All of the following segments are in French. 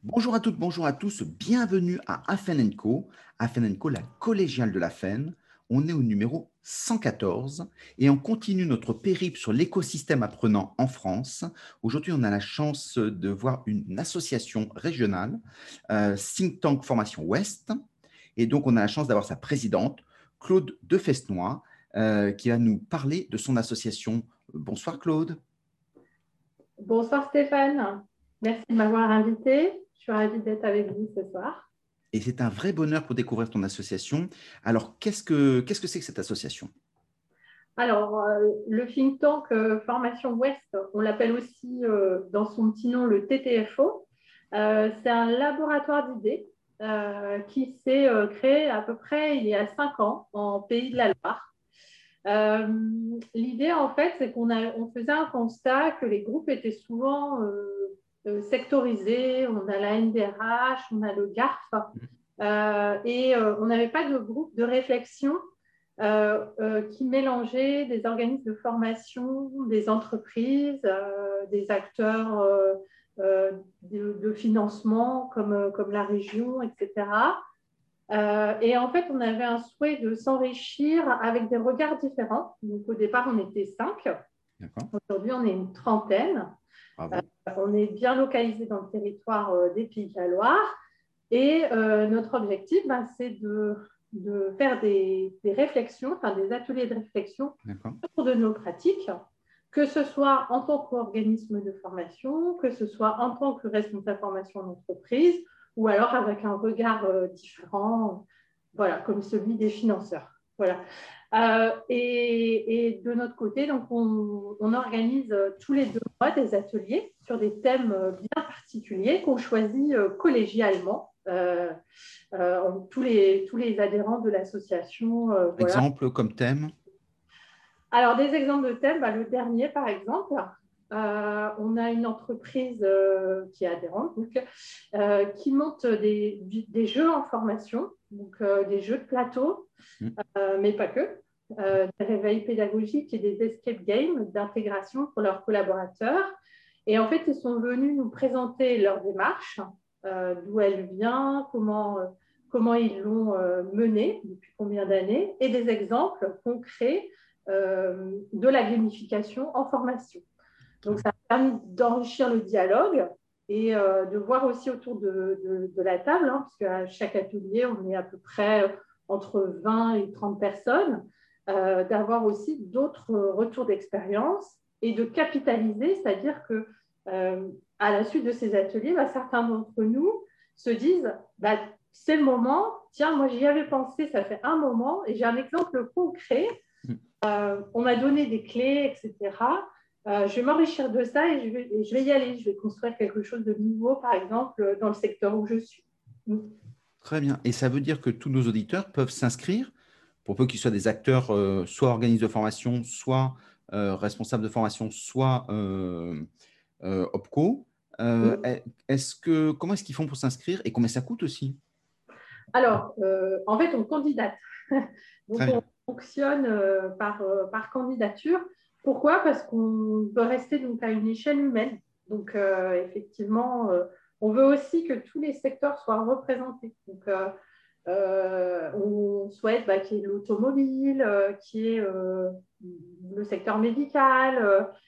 Bonjour à toutes, bonjour à tous, bienvenue à Afen Co. Afen Co, la collégiale de la FEN. On est au numéro 114 et on continue notre périple sur l'écosystème apprenant en France. Aujourd'hui, on a la chance de voir une association régionale, Think Tank Formation Ouest. Et donc, on a la chance d'avoir sa présidente, Claude Defesnoy, qui va nous parler de son association. Bonsoir Claude. Bonsoir Stéphane, merci de m'avoir invité. Je suis ravie d'être avec vous ce soir. Et c'est un vrai bonheur pour découvrir ton association. Alors, qu'est-ce que c'est que cette association? Alors, le think tank Formation Ouest, on l'appelle aussi dans son petit nom le TTFO. C'est un laboratoire d'idées qui s'est créé à peu près il y a 5 ans en Pays de la Loire. L'idée, en fait, c'est on faisait un constat que les groupes étaient souvent sectorisés. On a la NDRH, on a le GARF, et on n'avait pas de groupe de réflexion qui mélangeait des organismes de formation, des entreprises, des acteurs de financement comme la région, etc. Et en fait, on avait un souhait de s'enrichir avec des regards différents. Donc, au départ, on était 5. Aujourd'hui, on est une trentaine. Bravo. On est bien localisé dans le territoire des Pays de la Loire. Et notre objectif, c'est de faire des réflexions, enfin des ateliers de réflexion autour de nos pratiques, que ce soit en tant qu'organisme de formation, que ce soit en tant que responsable formation d'entreprise, ou alors avec un regard différent, voilà, comme celui des financeurs. Voilà. Et de notre côté, donc on organise tous les 2 mois des ateliers sur des thèmes bien particuliers qu'on choisit collégialement. Tous les adhérents de l'association. Voilà. Exemple comme thème? Alors, des exemples de thèmes, le dernier, par exemple, on a une entreprise qui est adhérente, donc, qui monte des jeux en formation, donc des jeux de plateau, mais pas que, des réveils pédagogiques et des escape games d'intégration pour leurs collaborateurs. Et en fait, ils sont venus nous présenter leur démarche, d'où elle vient, comment ils l'ont menée, depuis combien d'années, et des exemples concrets de la gamification en formation. Donc, ça a permis d'enrichir le dialogue et de voir aussi autour de la table, parce qu'à chaque atelier, on est à peu près entre 20 et 30 personnes, d'avoir aussi d'autres retours d'expérience et de capitaliser, c'est-à-dire que à la suite de ces ateliers, certains d'entre nous se disent c'est le moment, tiens, moi j'y avais pensé, ça fait un moment, et j'ai un exemple concret. On m'a donné des clés, etc. Je vais m'enrichir de ça et je vais y aller. Je vais construire quelque chose de nouveau, par exemple, dans le secteur où je suis. Très bien. Et ça veut dire que tous nos auditeurs peuvent s'inscrire, pour peu qu'ils soient des acteurs, soit organismes de formation, soit responsables de formation, soit OPCO. Comment est-ce qu'ils font pour s'inscrire et combien ça coûte aussi? Alors, en fait, on candidate. Donc, Très on bien. fonctionne par candidature. Pourquoi? Parce qu'on veut rester donc, à une échelle humaine. Donc, effectivement, on veut aussi que tous les secteurs soient représentés. Donc, on souhaite qu'il y ait l'automobile, qu'il y ait le secteur médical,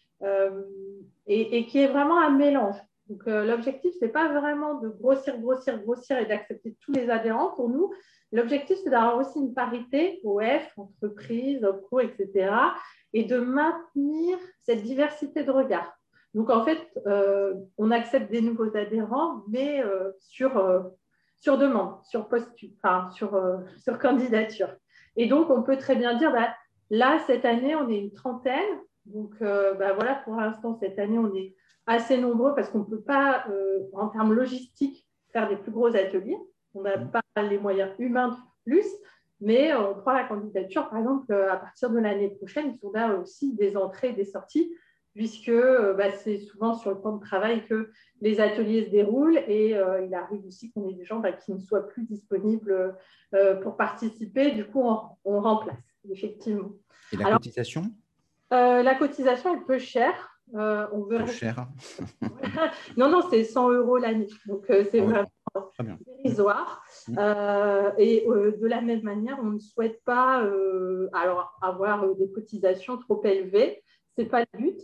et qu'il y ait vraiment un mélange. Donc, l'objectif, ce n'est pas vraiment de grossir, grossir, grossir et d'accepter tous les adhérents. Pour nous, l'objectif, c'est d'avoir aussi une parité OF, entreprise, OPCO, etc. et de maintenir cette diversité de regards. Donc, en fait, on accepte des nouveaux adhérents, mais sur demande, sur candidature. Et donc, on peut très bien dire, là, cette année, on est une trentaine. Donc, voilà, pour l'instant, cette année, on est assez nombreux parce qu'on ne peut pas, en termes logistiques, faire des plus gros ateliers. On n'a pas les moyens humains de plus, mais on prend la candidature, par exemple, à partir de l'année prochaine, ils sont là aussi des entrées et des sorties, puisque c'est souvent sur le temps de travail que les ateliers se déroulent et il arrive aussi qu'on ait des gens qui ne soient plus disponibles pour participer. Du coup, on remplace, effectivement. Et la Alors, cotisation? la cotisation est peu chère. On veut Peu cher. Non, non, c'est 100 € l'année. Donc, c'est vraiment Très bien. dérisoire. Et de la même manière, on ne souhaite pas alors, avoir des cotisations trop élevées. Ce n'est pas le but.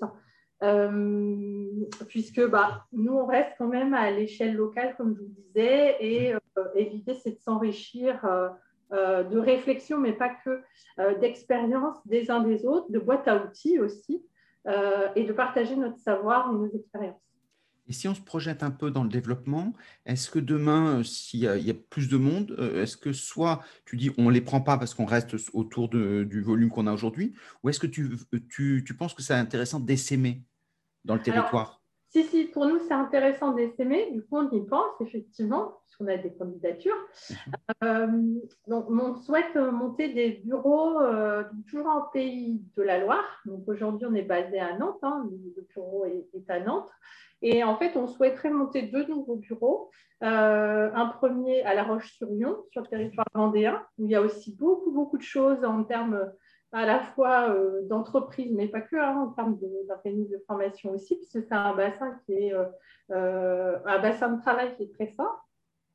Puisque nous, on reste quand même à l'échelle locale, comme je vous disais, et l'idée, c'est de s'enrichir de réflexion, mais pas que, d'expériences des uns des autres, de boîte à outils aussi, et de partager notre savoir et nos expériences. Et si on se projette un peu dans le développement, est-ce que demain, s'il y a plus de monde, est-ce que soit tu dis on ne les prend pas parce qu'on reste autour du volume qu'on a aujourd'hui, ou est-ce que tu penses que c'est intéressant d'essaimer dans le Alors, territoire? si, pour nous, c'est intéressant d'essaimer. Du coup, on y pense, effectivement, puisqu'on a des candidatures. Bien sûr. Donc, on souhaite monter des bureaux toujours en Pays de la Loire. Donc, aujourd'hui, on est basé à Nantes. Le bureau est à Nantes. Et en fait, on souhaiterait monter 2 nouveaux bureaux. Un premier à La Roche-sur-Yon, sur le territoire vendéen, où il y a aussi beaucoup, beaucoup de choses en termes à la fois d'entreprise, mais pas que, en termes d'organismes de formation aussi, puisque c'est un bassin qui est un bassin de travail qui est très fort.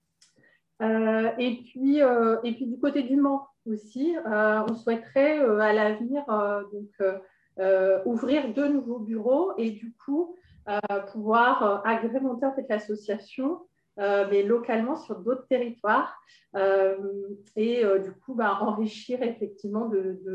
Et puis du côté du Mans aussi, on souhaiterait à l'avenir ouvrir 2 nouveaux bureaux et du coup pouvoir agrémenter en fait l'association, mais localement sur d'autres territoires, du coup enrichir effectivement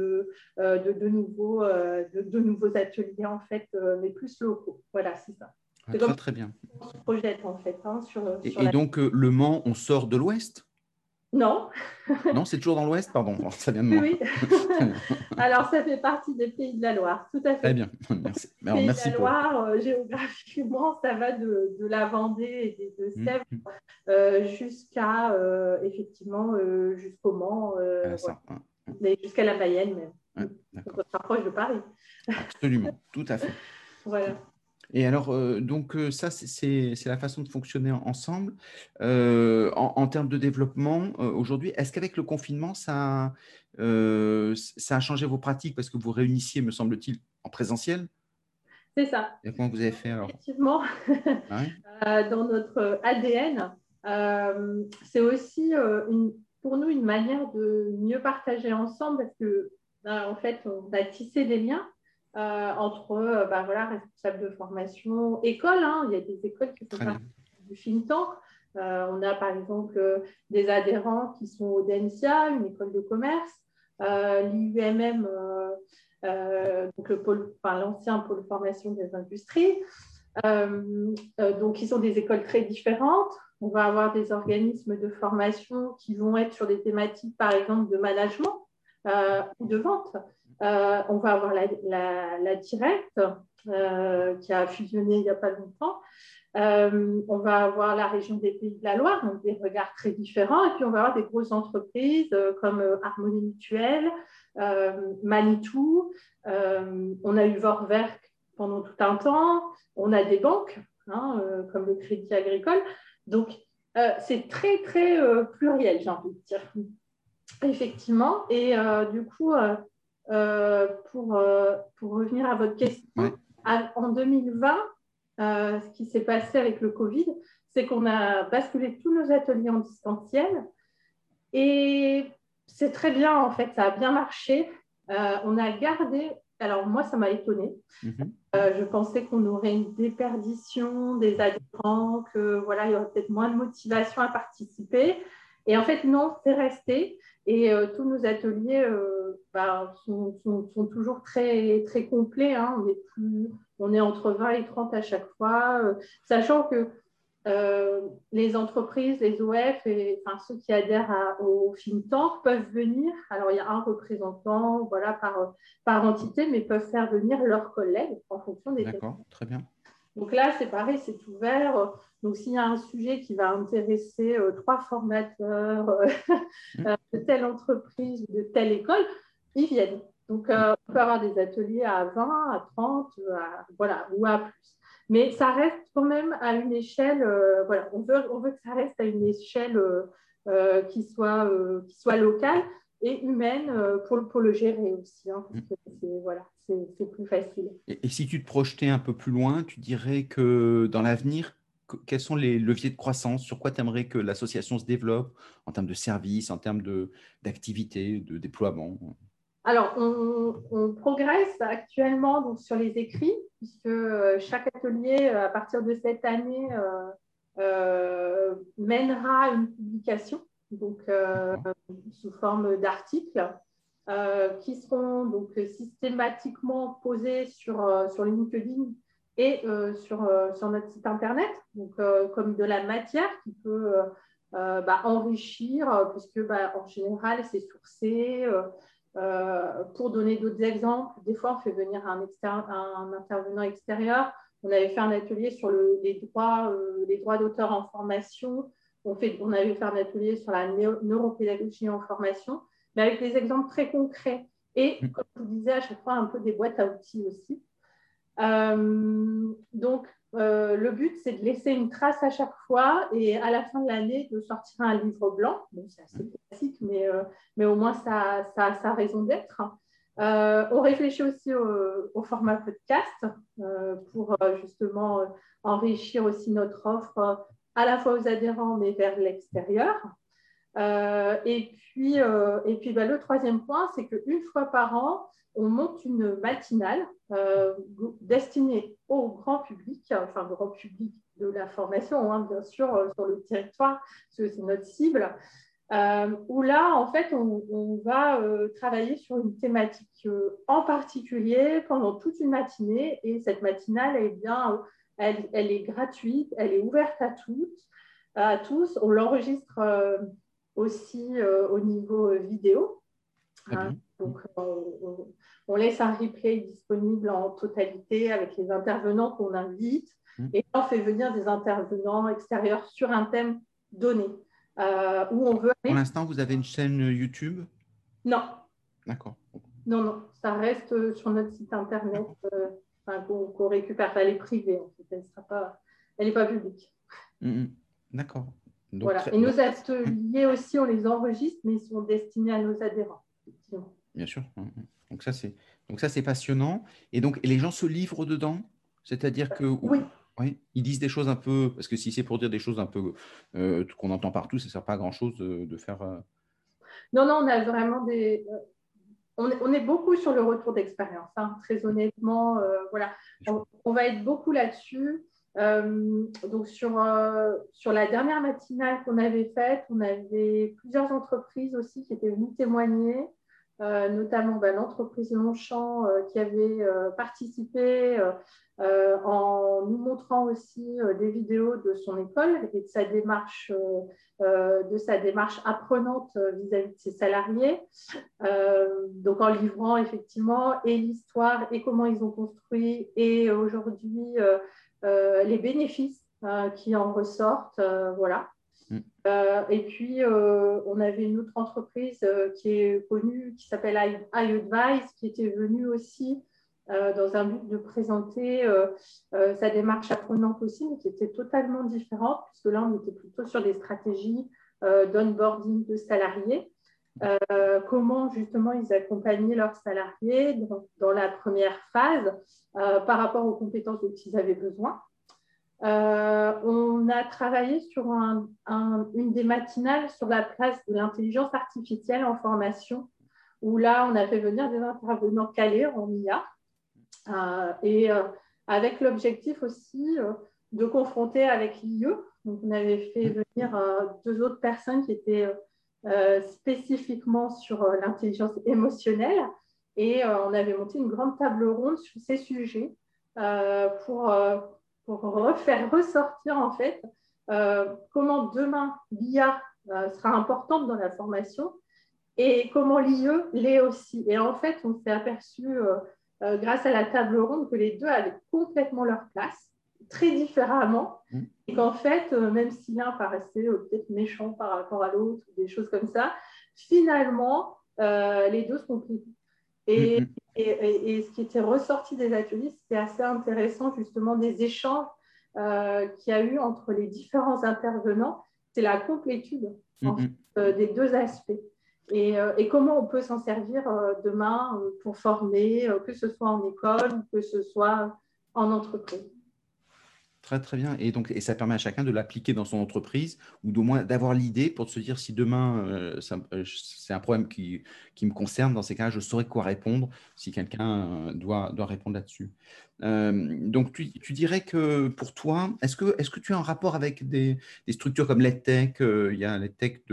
de nouveaux ateliers en fait, mais plus locaux. Voilà, c'est ça. Ah, C'est comme très, très bien. on se projette en fait sur Et la... donc, Le Mans, on sort de l'ouest? Non. Non, c'est toujours dans l'ouest? Pardon, ça vient de Oui, moi. oui. Très bien. Alors, ça fait partie des Pays de la Loire, tout à Très fait. bien, merci. Alors, Pays de merci la pour. Loire, géographiquement, ça va de la Vendée et des Deux-Sèvres jusqu'à, effectivement, jusqu'au Mans, Ah, voilà. ça, hein, Mais jusqu'à la Mayenne même. ouais, Donc, d'accord. on se rapproche de Paris. Absolument, tout à fait. Voilà. Et alors, ça, c'est la façon de fonctionner ensemble. En termes de développement, aujourd'hui, est-ce qu'avec le confinement, ça a changé vos pratiques parce que vous réunissiez, me semble-t-il, en présentiel? C'est ça. Et comment vous avez fait alors? Effectivement, Ah ouais. dans notre ADN, c'est aussi pour nous une manière de mieux partager ensemble parce que, en fait, on a tissé des liens entre voilà, responsables de formation, écoles. Il y a des écoles qui font Très bien. partie du think tank. On a par exemple des adhérents qui sont au DENSIA, une école de commerce, l'IUMM, donc l'ancien pôle formation des industries. Donc, ils sont des écoles très différentes. On va avoir des organismes de formation qui vont être sur des thématiques, par exemple, de management ou de vente. On va avoir la Directe qui a fusionné il n'y a pas longtemps. On va avoir la région des Pays de la Loire, donc des regards très différents. Et puis, on va avoir des grosses entreprises comme Harmonie Mutuelle, Manitou. On a eu Vorwerk pendant tout un temps. On a des banques, comme le Crédit Agricole. Donc, c'est très, très pluriel, j'ai envie de dire. Effectivement. Et du coup, pour revenir à votre question, Ouais. en 2020, ce qui s'est passé avec le Covid, c'est qu'on a basculé tous nos ateliers en distanciel. Et c'est très bien, en fait, ça a bien marché. On a gardé, alors moi, ça m'a étonnée. Je pensais qu'on aurait une déperdition des adhérents, que voilà, il y aurait peut-être moins de motivation à participer. Et en fait, non, c'est resté. Et tous nos ateliers sont toujours très, très complets. On est entre 20 et 30 à chaque fois, sachant que les entreprises, les OF, ceux qui adhèrent au think tank peuvent venir. Alors, il y a un représentant par entité, mais peuvent faire venir leurs collègues en fonction des thèmes. D'accord, très bien. Donc là, c'est pareil, c'est ouvert. Donc, s'il y a un sujet qui va intéresser 3 formateurs de telle entreprise ou de telle école, ils viennent. Donc, on peut avoir des ateliers à 20, à 30, ou à plus. Mais ça reste quand même à une échelle, on veut que ça reste à une échelle qui soit locale. et humaine pour le gérer aussi, hein, parce que c'est plus facile. Et si tu te projetais un peu plus loin, tu dirais que dans l'avenir, quels sont les leviers de croissance? Sur quoi tu aimerais que l'association se développe en termes de services, en termes d'activités, de déploiement? Alors, on progresse actuellement donc, sur les écrits, puisque chaque atelier, à partir de cette année, mènera une publication, donc sous forme d'articles, qui seront donc systématiquement posés sur LinkedIn et sur notre site internet, donc comme de la matière qui peut enrichir, puisque en général c'est sourcé. Pour donner d'autres exemples, des fois on fait venir un intervenant extérieur. On avait fait un atelier sur les droits d'auteur en formation. On avait fait un atelier sur la neuropédagogie en formation, mais avec des exemples très concrets. Et, comme je vous disais, à chaque fois, un peu des boîtes à outils aussi. Donc, le but, c'est de laisser une trace à chaque fois et à la fin de l'année, de sortir un livre blanc. Bon, c'est assez classique, mais au moins, ça a sa raison d'être. On réfléchit aussi au format podcast pour justement enrichir aussi notre offre à la fois aux adhérents, mais vers l'extérieur. Et puis le troisième point, c'est qu'une fois par an, on monte une matinale destinée au grand public, enfin grand public de la formation, hein, bien sûr, sur le territoire, parce que c'est notre cible, où là, en fait, on va travailler sur une thématique en particulier pendant toute une matinée. Et cette matinale, elle est gratuite, elle est ouverte à tous. On l'enregistre aussi au niveau vidéo. Donc, on laisse un replay disponible en totalité avec les intervenants qu'on invite et on fait venir des intervenants extérieurs sur un thème donné où on veut aller. Pour l'instant, vous avez une chaîne YouTube? Non. D'accord. Non, ça reste sur notre site internet qu'on récupère. Elle est privée, en fait. Elle n'est pas publique. D'accord. Donc, voilà. Et nos ateliers aussi, on les enregistre, mais ils sont destinés à nos adhérents. Bien sûr. Donc ça, c'est passionnant. Et donc, les gens se livrent dedans? C'est-à-dire que oui. Oui, ils disent des choses un peu, parce que si c'est pour dire des choses un peu qu'on entend partout, ça ne sert pas à grand-chose de faire. Non, on a vraiment on est beaucoup sur le retour d'expérience, hein, très honnêtement. Voilà. On va être beaucoup là-dessus. Donc, sur la dernière matinale qu'on avait faite, on avait plusieurs entreprises aussi qui étaient venues témoigner, notamment l'entreprise Longchamp qui avait participé en nous montrant aussi des vidéos de son école et de sa démarche apprenante vis-à-vis de ses salariés. Donc en livrant effectivement et l'histoire et comment ils ont construit et aujourd'hui les bénéfices qui en ressortent. Voilà. Et puis, on avait une autre entreprise qui est connue, qui s'appelle iAdvice, qui était venue aussi dans un but de présenter sa démarche apprenante aussi, mais qui était totalement différente, puisque là, on était plutôt sur des stratégies d'onboarding de salariés. Comment justement ils accompagnaient leurs salariés dans la première phase par rapport aux compétences dont ils avaient besoin. On a travaillé sur une des matinales sur la place de l'intelligence artificielle en formation, où là, on a fait venir des intervenants calés en IA, avec l'objectif aussi de confronter avec l'IE. Donc, on avait fait venir 2 autres personnes qui étaient spécifiquement sur l'intelligence émotionnelle, et on avait monté une grande table ronde sur ces sujets pour faire ressortir en fait comment demain l'IA sera importante dans la formation et comment l'IE l'est aussi. Et en fait, on s'est aperçu grâce à la table ronde que les deux avaient complètement leur place, très différemment, et qu'en fait, même si l'un paraissait peut-être méchant par rapport à l'autre, des choses comme ça, finalement, les deux se complètent. Et ce qui était ressorti des ateliers, c'était assez intéressant, justement, des échanges qu'il y a eu entre les différents intervenants. C'est la complétude des deux aspects. et comment on peut s'en servir demain pour former, que ce soit en école ou que ce soit en entreprise. Très, très bien. Et ça permet à chacun de l'appliquer dans son entreprise ou d'au moins d'avoir l'idée pour se dire si demain, c'est un problème qui me concerne, dans ces cas-là, je saurais quoi répondre si quelqu'un doit répondre là-dessus. Donc, tu dirais que pour toi, est-ce que tu as un rapport avec des structures comme l'EdTech? Il y a l'EdTech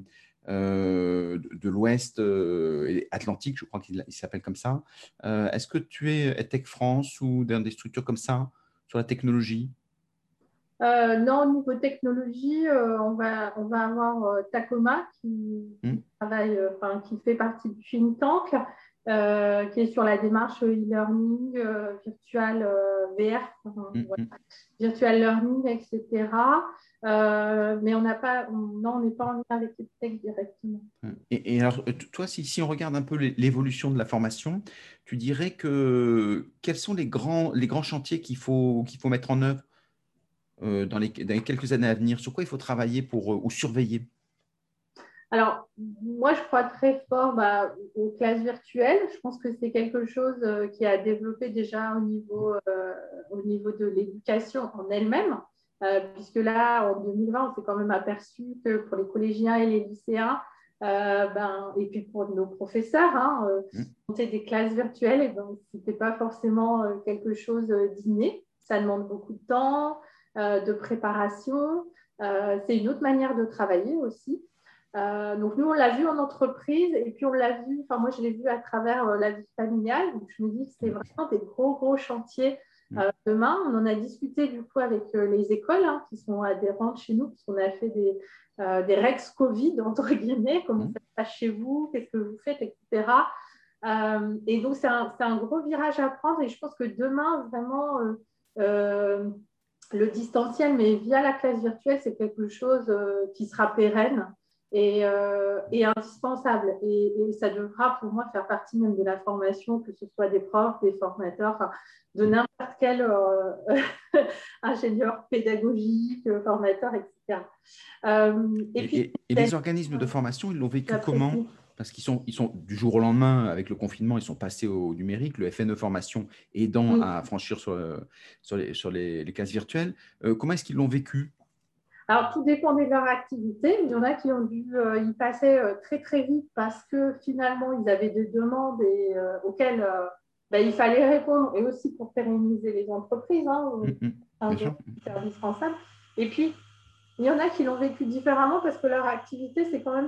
de l'Ouest et Atlantique, je crois qu'il s'appelle comme ça. Est-ce que tu es EdTech France ou dans des structures comme ça sur la technologie? Non, au niveau technologie, on va avoir Tacoma qui Hmm, travaille, qui fait partie du think tank, qui est sur la démarche e-learning, virtual VR, hmm, ouais, hmm. virtual learning, etc. Mais on n'a pas, non, on n'est pas en lien avec les tech directement. Et alors, toi, si on regarde un peu l'évolution de la formation, tu dirais que quels sont les grands chantiers qu'il faut mettre en œuvre dans les quelques années à venir? Sur quoi il faut travailler ou surveiller? Alors, moi, je crois très fort aux classes virtuelles. Je pense que c'est quelque chose qui a développé déjà au niveau de l'éducation en elle-même, puisque là, en 2020, on s'est quand même aperçu que pour les collégiens et les lycéens, et puis pour nos professeurs, Hmm, monter des classes virtuelles, et ben, ce n'était pas forcément quelque chose d'inné. Ça demande beaucoup de temps, de préparation. C'est une autre manière de travailler aussi. Donc, nous, on l'a vu en entreprise et puis on l'a vu, enfin, moi, je l'ai vu à travers la vie familiale. Donc, je me dis que c'est vraiment des gros, gros chantiers hmm, demain. On en a discuté du coup avec les écoles qui sont adhérentes chez nous, puisqu'on a fait des Rex Covid, entre guillemets, comment hmm. ça se passe chez vous, qu'est-ce que vous faites, etc. Et donc, c'est un gros virage à prendre et je pense que demain, vraiment, le distanciel, mais via la classe virtuelle, c'est quelque chose qui sera pérenne et indispensable. Et ça devra, pour moi, faire partie même de la formation, que ce soit des profs, des formateurs, de n'importe quel ingénieur pédagogique, formateur, etc. Et puis, Et les organismes de formation, ils l'ont vécu comment? j'apprécie. Parce qu'ils sont du jour au lendemain, avec le confinement, ils sont passés au numérique, le FNE Formation aidant à franchir sur les classes virtuelles. Comment est-ce qu'ils l'ont vécu? Alors, tout dépendait de leur activité. Il y en a qui ont dû y passer très, très vite parce que finalement, ils avaient des demandes auxquelles il fallait répondre et aussi pour pérenniser les entreprises, Bien de sûr. services rensables. Et puis, il y en a qui l'ont vécu différemment parce que leur activité s'est quand même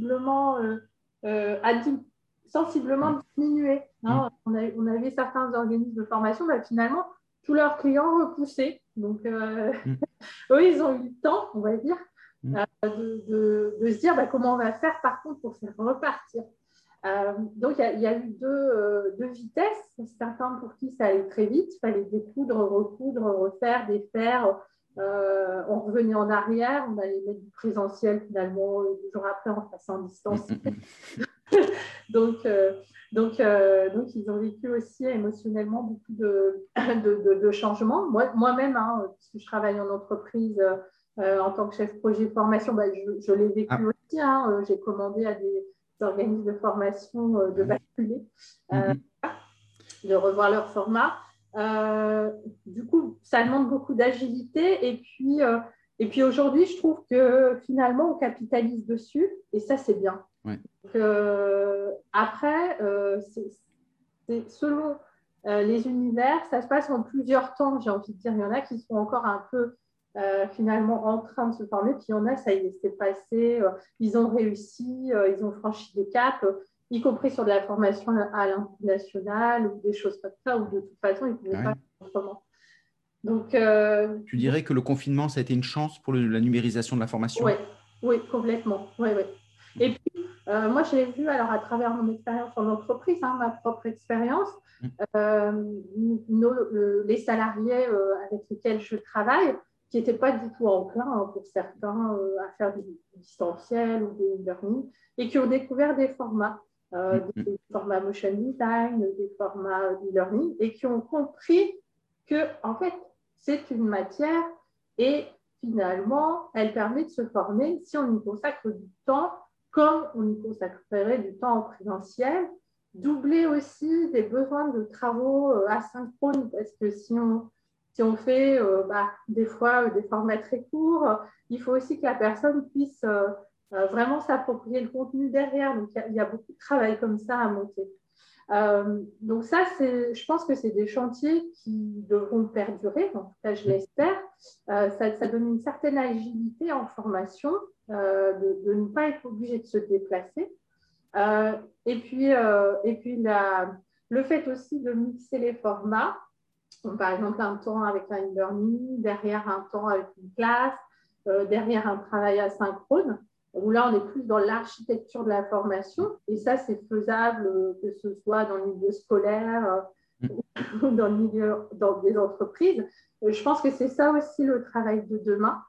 sensiblement diminuée. Mm, On avait certains organismes de formation, finalement, tous leurs clients repoussaient. Donc, mm, eux, ils ont eu le temps, on va dire, mm, de se dire comment on va faire par contre pour faire repartir. Donc, il y a eu deux vitesses. Certains pour qui ça allait très vite, il fallait découdre, recoudre, refaire, défaire. On revenait en arrière, on allait mettre du présentiel finalement 2 jours après en passant en mm, distance. mm, mm. Donc, donc, ils ont vécu aussi émotionnellement beaucoup de changements. Moi-même, puisque je travaille en entreprise en tant que chef projet formation, je l'ai vécu Ah, aussi. J'ai commandé à des organismes de formation de ouais. basculer, Mm, euh, mm. de revoir leur format. Du coup, ça demande beaucoup d'agilité. Et puis aujourd'hui, je trouve que finalement, on capitalise dessus et ça, c'est bien. Ouais. Donc, après, c'est selon les univers, ça se passe en plusieurs temps, j'ai envie de dire. Il y en a qui sont encore un peu finalement en train de se former, puis il y en a, ça y est, c'est passé, ils ont réussi, ils ont franchi des caps, y compris sur de la formation à l'international ou des choses comme ça, où de toute façon, ils ne pouvaient pas Ouais. faire autrement. Donc, Tu dirais que le confinement, ça a été une chance pour la numérisation de la formation? ouais, oui, complètement. Ouais, ouais. Et Mhm. puis, moi, je l'ai vu alors à travers mon expérience en entreprise, ma propre expérience. Mhm. Les salariés avec lesquels je travaille, qui n'étaient pas du tout enclins pour certains à faire du distanciel ou des e-learning, et qui ont découvert des formats, Mhm. des formats motion design, des formats e-learning, et qui ont compris que, en fait, c'est une matière et finalement, elle permet de se former si on y consacre du temps comme on y consacrerait du temps en présentiel, doubler aussi des besoins de travaux asynchrones, parce que si on fait des fois des formats très courts, il faut aussi que la personne puisse vraiment s'approprier le contenu derrière. Donc, il y a beaucoup de travail comme ça à monter. Donc ça, je pense que c'est des chantiers qui devront perdurer, en tout cas je l'espère. Ça donne une certaine agilité en formation, de ne pas être obligé de se déplacer. Le fait aussi de mixer les formats, donc, par exemple un temps avec un e-learning, derrière un temps avec une classe, derrière un travail asynchrone, où là, on est plus dans l'architecture de la formation. Et ça, c'est faisable, que ce soit dans le milieu scolaire ou dans des entreprises. Je pense que c'est ça aussi le travail de demain.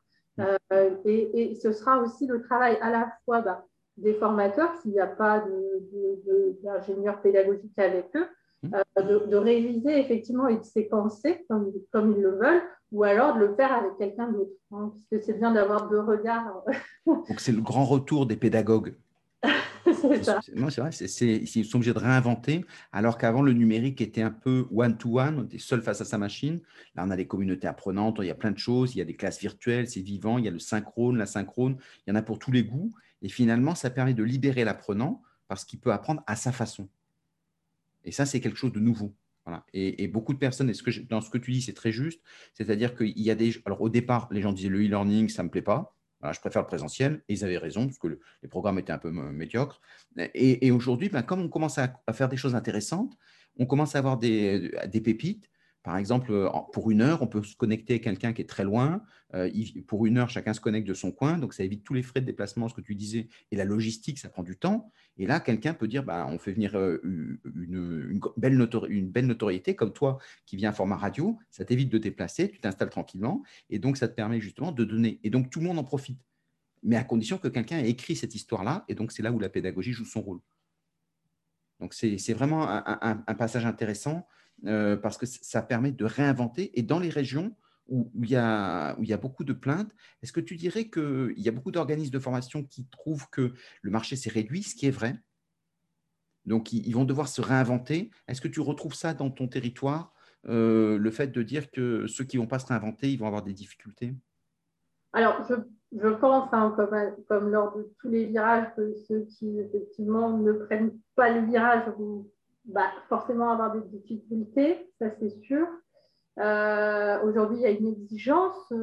Et ce sera aussi le travail à la fois des formateurs, s'il n'y a pas d'ingénieurs pédagogiques avec eux, de réviser effectivement et de séquencer comme ils le veulent, ou alors de le faire avec quelqu'un d'autre, hein, parce que c'est bien d'avoir deux regards. Donc, c'est le grand retour des pédagogues. C'est ça. Non, c'est vrai, ils sont obligés de réinventer, alors qu'avant, le numérique était un peu one-to-one, on était seul face à sa machine. Là, on a des communautés apprenantes, il y a plein de choses, il y a des classes virtuelles, c'est vivant, il y a le synchrone, l'asynchrone, il y en a pour tous les goûts. Et finalement, ça permet de libérer l'apprenant parce qu'il peut apprendre à sa façon. Et ça, c'est quelque chose de nouveau. Voilà. Et beaucoup de personnes, dans ce que tu dis, c'est très juste. C'est-à-dire qu'il y a des. Alors, au départ, les gens disaient le e-learning, ça ne me plaît pas. Voilà, je préfère le présentiel. Et ils avaient raison, parce que les programmes étaient un peu médiocres. Et aujourd'hui, comme on commence à faire des choses intéressantes, on commence à avoir des pépites. Par exemple, pour une heure, on peut se connecter à quelqu'un qui est très loin. Pour une heure, chacun se connecte de son coin. Donc, ça évite tous les frais de déplacement, ce que tu disais. Et la logistique, ça prend du temps. Et là, quelqu'un peut dire, on fait venir une belle notoriété, comme toi qui viens en format radio, ça t'évite de te déplacer, tu t'installes tranquillement, et donc ça te permet justement de donner. Et donc tout le monde en profite, mais à condition que quelqu'un ait écrit cette histoire-là, et donc c'est là où la pédagogie joue son rôle. Donc c'est vraiment un passage intéressant, parce que ça permet de réinventer, et dans les régions où il y a beaucoup de plaintes, est-ce que tu dirais qu'il y a beaucoup d'organismes de formation qui trouvent que le marché s'est réduit, ce qui est vrai? Donc, ils vont devoir se réinventer. Est-ce que tu retrouves ça dans ton territoire, le fait de dire que ceux qui ne vont pas se réinventer, ils vont avoir des difficultés? Alors, je pense, hein, comme lors de tous les virages, que ceux qui, effectivement, ne prennent pas le virage vont forcément avoir des difficultés, ça c'est sûr. Aujourd'hui, il y a une exigence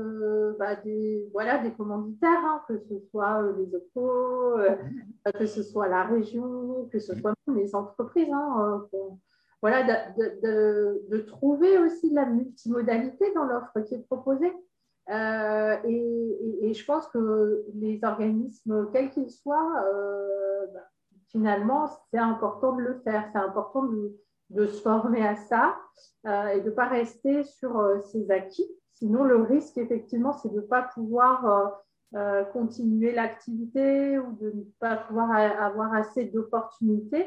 des commanditaires, hein, que ce soit les OPCO, que ce soit la région, que ce soit même les entreprises, hein, de trouver aussi de la multimodalité dans l'offre qui est proposée. Et je pense que les organismes, quels qu'ils soient, finalement, c'est important de le faire. C'est important de se former à ça et de ne pas rester sur ses acquis. Sinon, le risque, effectivement, c'est de ne pas pouvoir continuer l'activité ou de ne pas pouvoir avoir assez d'opportunités.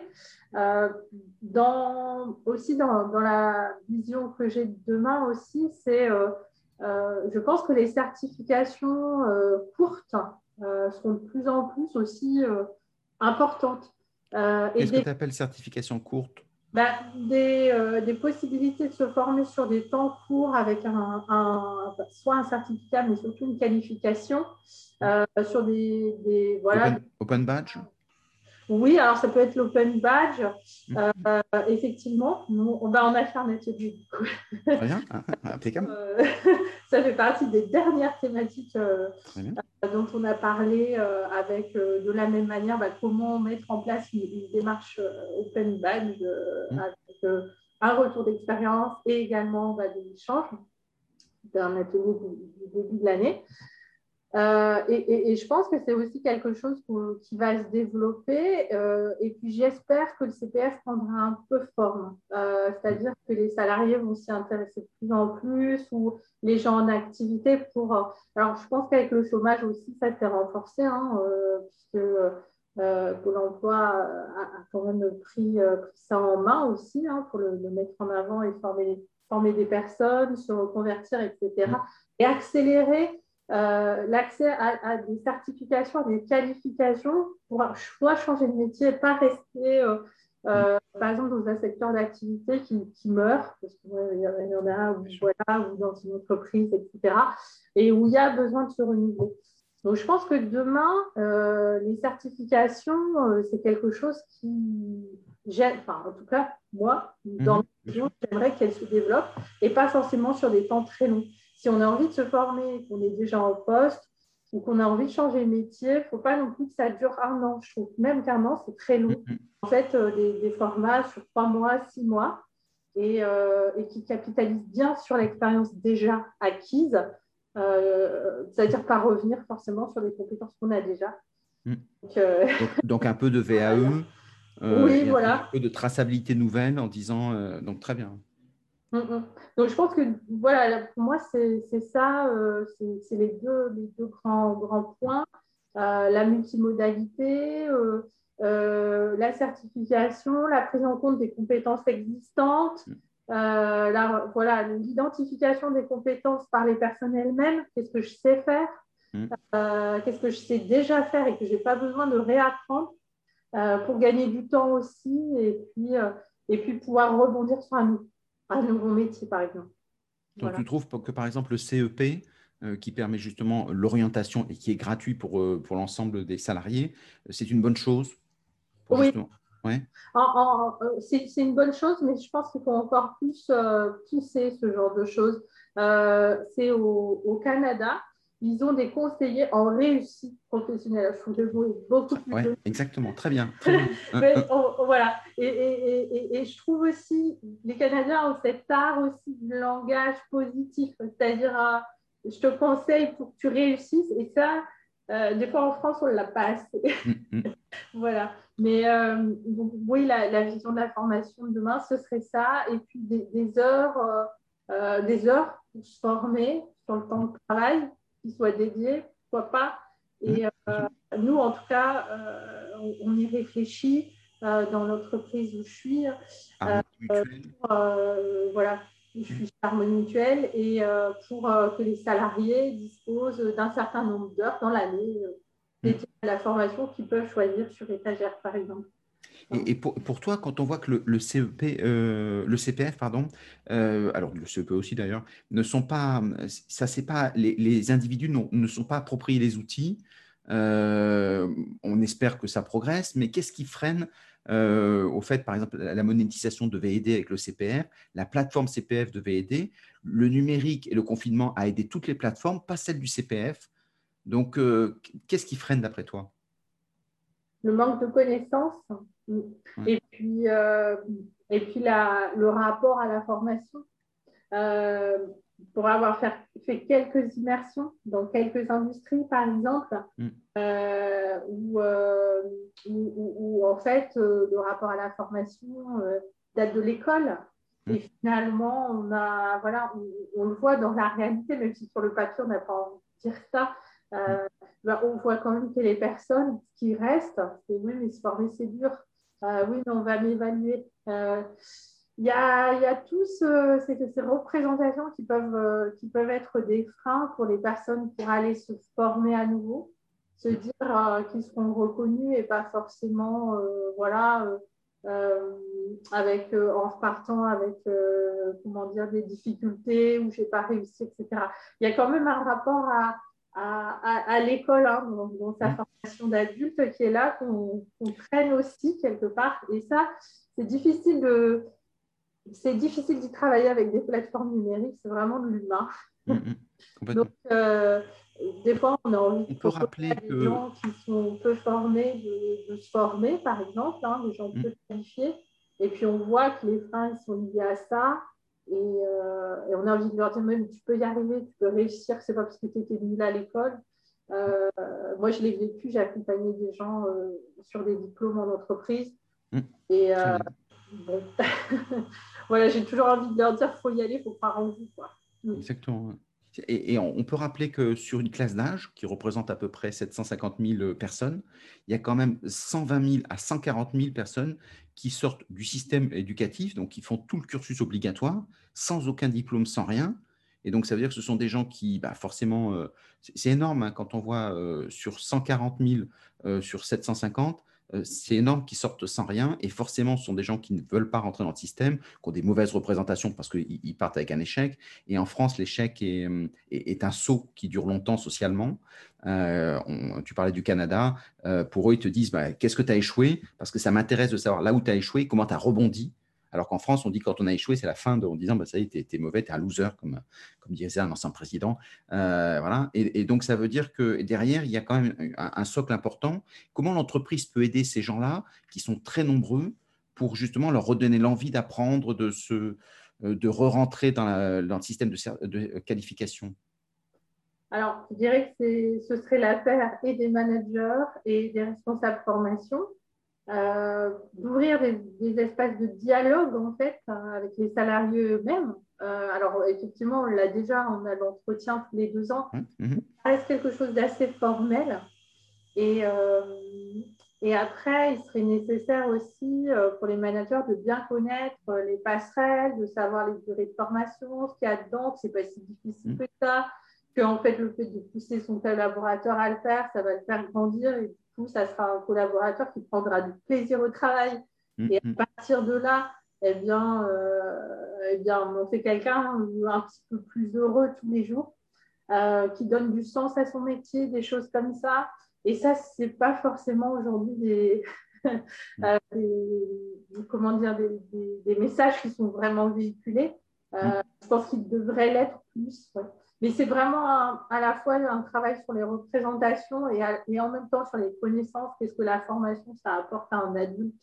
Aussi, dans la vision que j'ai de demain aussi, c'est je pense que les certifications courtes seront de plus en plus aussi importantes. Qu'est-ce que tu appelles certification courte? Des possibilités de se former sur des temps courts avec soit un certificat, mais surtout une qualification sur Open badge? Oui, alors ça peut être l'open badge. Effectivement, on a fait un atelier du coup. Très bien, impeccable. Ça fait partie des dernières thématiques dont on a parlé avec de la même manière comment mettre en place une démarche open badge avec un retour d'expérience et également des échanges d'un atelier du début de l'année. Et je pense que c'est aussi quelque chose qui va se développer et puis j'espère que le CPF prendra un peu forme, c'est-à-dire que les salariés vont s'y intéresser de plus en plus ou les gens en activité alors je pense qu'avec le chômage aussi ça s'est renforcé puisque Pôle emploi a quand même pris ça en main aussi pour le mettre en avant et former des personnes, se reconvertir, etc. Et accélérer l'accès à des certifications, à des qualifications pour soit changer de métier et pas rester, par exemple, dans un secteur d'activité qui meurt, parce qu'il y en a où, voilà, ou dans une entreprise, etc., et où il y a besoin de se renouveler. Donc, je pense que demain, les certifications, c'est quelque chose qui gêne, enfin, en tout cas, moi, dans ma vision, j'aimerais qu'elles se développent et pas forcément sur des temps très longs. Si on a envie de se former, qu'on est déjà en poste ou qu'on a envie de changer de métier, il ne faut pas non plus que ça dure 1 an. Je trouve même qu'un an, c'est très long. En fait, des formats sur 3 mois, 6 mois et qui capitalisent bien sur l'expérience déjà acquise, c'est-à-dire pas revenir forcément sur les compétences qu'on a déjà. Donc, un peu de VAE oui, et voilà. un peu de traçabilité nouvelle en disant donc très bien. Donc, je pense que voilà, pour moi, c'est ça, c'est les deux grands points. La multimodalité, la certification, la prise en compte des compétences existantes, voilà, l'identification des compétences par les personnes elles-mêmes, qu'est-ce que je sais faire, qu'est-ce que je sais déjà faire et que je n'ai pas besoin de réapprendre pour gagner du temps aussi et puis pouvoir rebondir sur un nouveau métier, par exemple. Donc, Voilà. tu trouves que, par exemple, le CEP, qui permet justement l'orientation et qui est gratuit pour l'ensemble des salariés, c'est une bonne chose pour Oui, justement… Ouais. c'est une bonne chose, mais je pense qu'il faut encore plus pousser ce genre de choses. C'est au Canada, ils ont des conseillers en réussite professionnelle. Je trouve le mot est beaucoup plus Ouais, joli. exactement, très bien. Très bien. Mais, voilà. Et je trouve aussi, les Canadiens ont cet art aussi du langage positif, c'est-à-dire, je te conseille pour que tu réussisses. Et ça, des fois en France, on ne l'a pas assez. Voilà. Mais donc, oui, la vision de la formation de demain, ce serait ça. Et puis des heures pour se former sur le temps de travail qui soient dédiées, pourquoi pas. Et nous, en tout cas, on y réfléchit dans l'entreprise où je suis. Harmonie mutuelle. Voilà, je suis chez Harmonie Mutuelle et pour que les salariés disposent d'un certain nombre d'heures dans l'année dédiées à la formation qu'ils peuvent choisir sur étagère, par exemple. Et pour toi, quand on voit que le CEP, le CPF, pardon, alors le CEP aussi d'ailleurs, ne sont pas, ça c'est pas, les individus ne sont pas appropriés les outils. On espère que ça progresse, mais qu'est-ce qui freine au fait, par exemple, la monétisation devait aider avec le CPF, la plateforme CPF devait aider, le numérique et le confinement a aidé toutes les plateformes, pas celle du CPF. Donc, qu'est-ce qui freine d'après toi? Le manque de connaissances Ouais. et puis, le rapport à la formation. Euh, pour avoir fait quelques immersions dans quelques industries, par exemple, où en fait, le rapport à la formation date de l'école. Et finalement, on le voit dans la réalité, même si sur le papier, on n'a pas envie de dire ça. On voit quand même que les personnes qui restent, c'est oui, mais se former, c'est dur. Oui, mais on va m'évaluer. Il y a tous ces représentations qui peuvent être des freins pour les personnes pour aller se former à nouveau, se dire qu'ils seront reconnus et pas forcément en repartant avec comment dire, des difficultés ou je n'ai pas réussi, etc. Il y a quand même un rapport à l'école, hein, dans sa formation d'adulte qui est là, qu'on traîne aussi quelque part. Et ça, c'est difficile d'y travailler avec des plateformes numériques, c'est vraiment de l'humain. Donc, des fois, on a envie de On peut proposer rappeler à des que… gens qui sont peu formés de se former, par exemple, hein, des gens peu qualifiés. Et puis, on voit que les freins sont liés à ça. Et on a envie de leur dire, même, tu peux y arriver, tu peux réussir, c'est pas parce que tu étais nul à l'école. Moi, je l'ai vécu, j'ai accompagné des gens sur des diplômes en entreprise. Et bon, voilà, j'ai toujours envie de leur dire, il faut y aller, il faut croire en vous, quoi. Exactement. Et on peut rappeler que sur une classe d'âge qui représente à peu près 750 000 personnes, il y a quand même 120 000 à 140 000 personnes qui sortent du système éducatif, donc qui font tout le cursus obligatoire, sans aucun diplôme, sans rien, Et donc, ça veut dire que ce sont des gens qui, forcément, c'est énorme hein, quand on voit sur 140 000 sur 750, c'est énorme qu'ils sortent sans rien. Et forcément, ce sont des gens qui ne veulent pas rentrer dans le système, qui ont des mauvaises représentations parce qu'ils partent avec un échec. Et en France, l'échec est un saut qui dure longtemps socialement. Tu parlais du Canada. Pour eux, ils te disent qu'est-ce que tu as échoué? Parce que ça m'intéresse de savoir là où tu as échoué, comment tu as rebondi. Alors qu'en France, on dit quand on a échoué, c'est la fin en disant ça y est, t'es mauvais, t'es un loser, comme disait un ancien président. Voilà. Et donc, ça veut dire que derrière, il y a quand même un socle important. Comment l'entreprise peut aider ces gens-là, qui sont très nombreux, pour justement leur redonner l'envie d'apprendre, de re-rentrer dans le système de qualification? Alors, je dirais que ce serait l'affaire et des managers et des responsables formation, d'ouvrir des espaces de dialogue en fait avec les salariés eux-mêmes. Alors, effectivement, on l'a déjà, on a l'entretien tous les 2 ans. Ça reste quelque chose d'assez formel. Et, et après, il serait nécessaire aussi pour les managers de bien connaître les passerelles, de savoir les durées de formation, ce qu'il y a dedans, que ce n'est pas si difficile que ça, que en fait, le fait de pousser son collaborateur à le faire, ça va le faire grandir et du coup, ça sera un collaborateur qui prendra du plaisir au travail. Et à partir de là, eh bien, on fait quelqu'un un petit peu plus heureux tous les jours, qui donne du sens à son métier, des choses comme ça. Et ça, ce n'est pas forcément aujourd'hui des messages qui sont vraiment véhiculés. Je pense qu'ils devraient l'être plus. Ouais. Mais c'est vraiment à la fois un travail sur les représentations et en même temps sur les connaissances. Qu'est-ce que la formation, ça apporte à un adulte.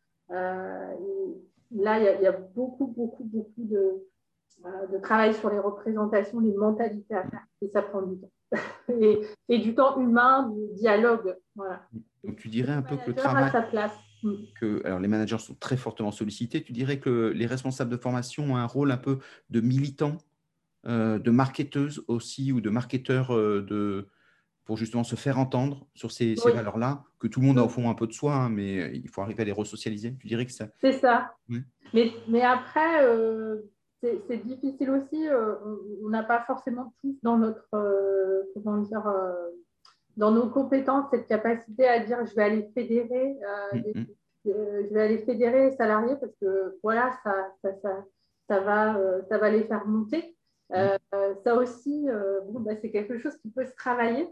Là, il y a beaucoup, beaucoup, beaucoup de travail sur les représentations, les mentalités à faire. Et ça prend du temps. et du temps humain, du dialogue. Voilà. Donc, tu dirais un peu que le travail… sa place. Alors, les managers sont très fortement sollicités. Tu dirais que les responsables de formation ont un rôle un peu de militant, de marketeuse aussi, ou de marketeur pour justement se faire entendre sur ces valeurs-là, que tout le monde a au fond un peu de soi, hein, mais il faut arriver à les resocialiser. Tu dirais que ça… C'est ça. Oui. Mais après, c'est difficile aussi. On n'a pas forcément tous dans notre, dans nos compétences cette capacité à dire je vais aller fédérer, je vais aller fédérer les salariés parce que voilà, ça va les faire monter. Ça aussi, c'est quelque chose qui peut se travailler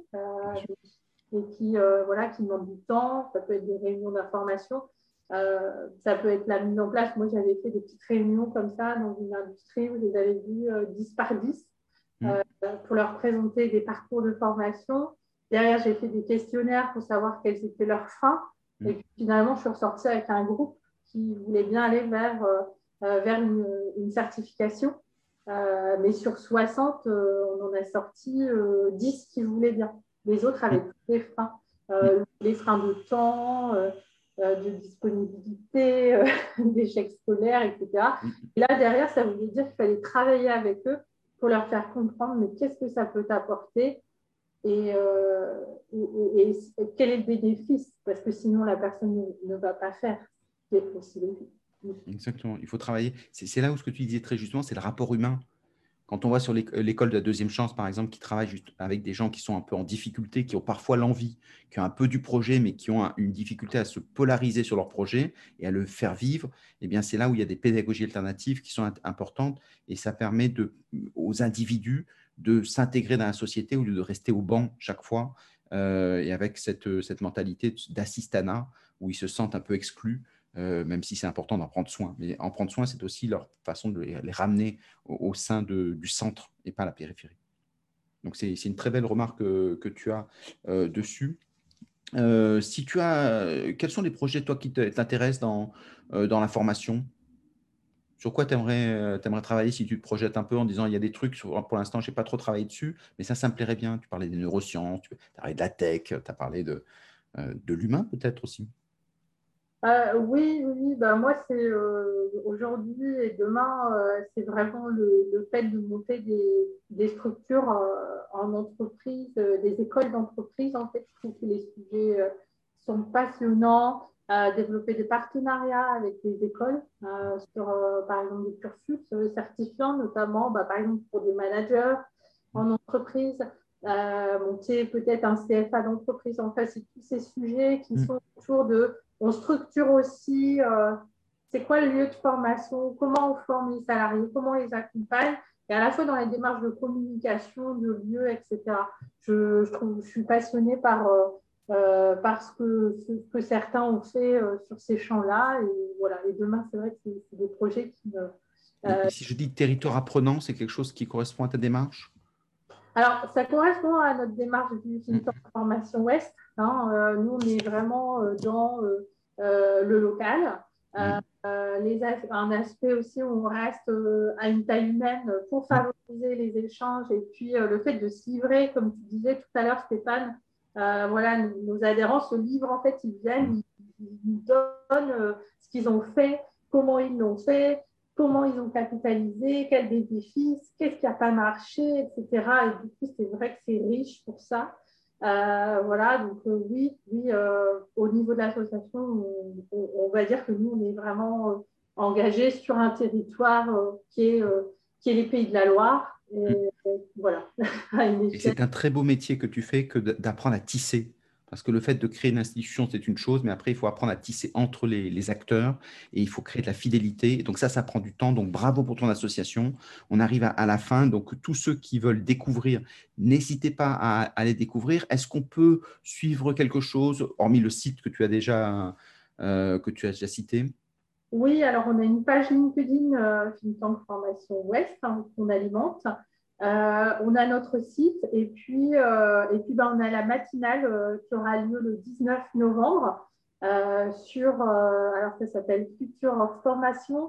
et qui demande du temps. Ça peut être des réunions d'information. Ça peut être la mise en place. Moi, j'avais fait des petites réunions comme ça dans une industrie où je les avais vues 10 par 10 pour leur présenter des parcours de formation. Derrière, j'ai fait des questionnaires pour savoir quels étaient leurs freins. Et puis, finalement, je suis ressortie avec un groupe qui voulait bien aller vers une certification. Mais sur 60, on en a sorti 10 qui voulaient bien. Les autres avaient tous les freins. Les freins de temps, de disponibilité, d'échecs scolaires, etc. Et là, derrière, ça voulait dire qu'il fallait travailler avec eux pour leur faire comprendre mais qu'est-ce que ça peut t'apporter et quel est le bénéfice, parce que sinon la personne ne va pas faire ce qui est possible. Exactement, il faut travailler. C'est là où ce que tu disais très justement, c'est le rapport humain. Quand on voit sur l'école de la deuxième chance, par exemple, qui travaille juste avec des gens qui sont un peu en difficulté, qui ont parfois l'envie, qui ont un peu du projet, mais qui ont une difficulté à se polariser sur leur projet et à le faire vivre, eh bien, c'est là où il y a des pédagogies alternatives qui sont importantes et ça permet aux individus de s'intégrer dans la société au lieu de rester au banc chaque fois et avec cette mentalité d'assistanat où ils se sentent un peu exclus. Même si c'est important d'en prendre soin. Mais en prendre soin, c'est aussi leur façon de les ramener au sein du centre et pas à la périphérie. Donc, c'est une très belle remarque que tu as dessus. Si tu as, quels sont les projets, toi, qui t'intéressent dans la formation? Sur quoi tu aimerais travailler si tu te projettes un peu en disant il y a des trucs, pour l'instant, je n'ai pas trop travaillé dessus, mais ça me plairait bien. Tu parlais des neurosciences, tu as parlé de la tech, tu as parlé de l'humain peut-être aussi. Oui. Moi, c'est aujourd'hui et demain, c'est vraiment le fait de monter des structures en entreprise, des écoles d'entreprise. En fait, je trouve que les sujets sont passionnants. développer des partenariats avec des écoles sur, par exemple, des cursus certifiants, notamment, par exemple, pour des managers en entreprise, monter peut-être un CFA d'entreprise. En fait, c'est tous ces sujets qui sont autour de… On structure aussi, c'est quoi le lieu de formation, comment on forme les salariés, comment on les accompagne, et à la fois dans les démarches de communication, de lieu, etc. Je suis passionnée parce que ce que certains ont fait sur ces champs-là. Et, voilà. Et demain, c'est vrai que c'est des projets qui me… Et si je dis territoire apprenant, c'est quelque chose qui correspond à ta démarche? Alors, ça correspond à notre démarche du think tank Formation Ouest. Hein. Nous, on est vraiment dans le local. Un aspect aussi où on reste à une taille humaine pour favoriser les échanges et puis le fait de se livrer, comme tu disais tout à l'heure, Stéphane. Voilà, nos adhérents se livrent, en fait, ils viennent, ils nous donnent ce qu'ils ont fait, comment ils l'ont fait, comment ils ont capitalisé, quels défis, qu'est-ce qui n'a pas marché, etc. Et du coup, c'est vrai que c'est riche pour ça. Voilà, donc oui, au niveau de l'association, on va dire que nous, on est vraiment engagés sur un territoire qui est les Pays de la Loire. Et voilà. Et c'est un très beau métier que tu fais que d'apprendre à tisser. Parce que le fait de créer une institution, c'est une chose, mais après, il faut apprendre à tisser entre les acteurs et il faut créer de la fidélité. Et donc ça prend du temps. Donc bravo pour ton association. On arrive à la fin. Donc tous ceux qui veulent découvrir, n'hésitez pas à les découvrir. Est-ce qu'on peut suivre quelque chose, hormis le site que tu as déjà cité? Oui, alors on a une page LinkedIn Think Tank Formation Ouest qu'on alimente. On a notre site et puis on a la matinale qui aura lieu le 19 novembre alors ça s'appelle Future Formation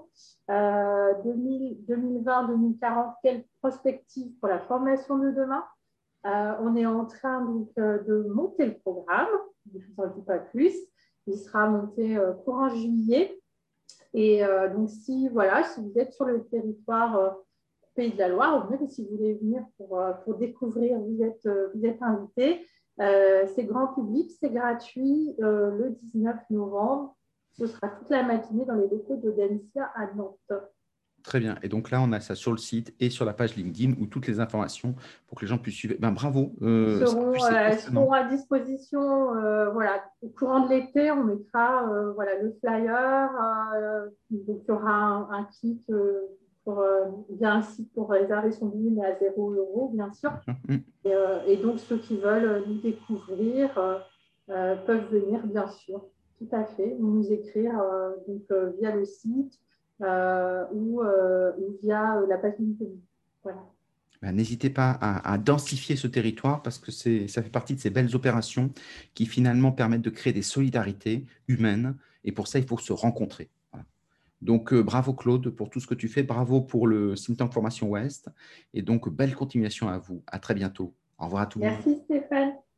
2020-2040, quelle prospective pour la formation de demain. On est en train donc, de monter le programme, je ne vous en dis pas plus, il sera monté courant juillet. Et donc, si vous êtes sur le territoire Pays de la Loire, ou même si vous voulez venir pour découvrir, vous êtes invité. C'est grand public, c'est gratuit le 19 novembre. Ce sera toute la matinée dans les locaux d'Audencia à Nantes. Très bien. Et donc là, on a ça sur le site et sur la page LinkedIn où toutes les informations pour que les gens puissent suivre. Ben, bravo. Seront à disposition au courant de l'été. On mettra le flyer. Donc, il y aura un kit via un site pour réserver son billet, mais à 0 €, bien sûr. Et donc, ceux qui veulent nous découvrir peuvent venir, bien sûr. Tout à fait. Nous écrire via le site ou via la page LinkedIn. Voilà. Ben, n'hésitez pas à densifier ce territoire parce que ça fait partie de ces belles opérations qui finalement permettent de créer des solidarités humaines. Et pour ça, il faut se rencontrer. Voilà. Donc, bravo Claude pour tout ce que tu fais. Bravo pour le Think Tank Formation Ouest. Et donc, belle continuation à vous. À très bientôt. Au revoir à tout le monde. Merci Stéphane.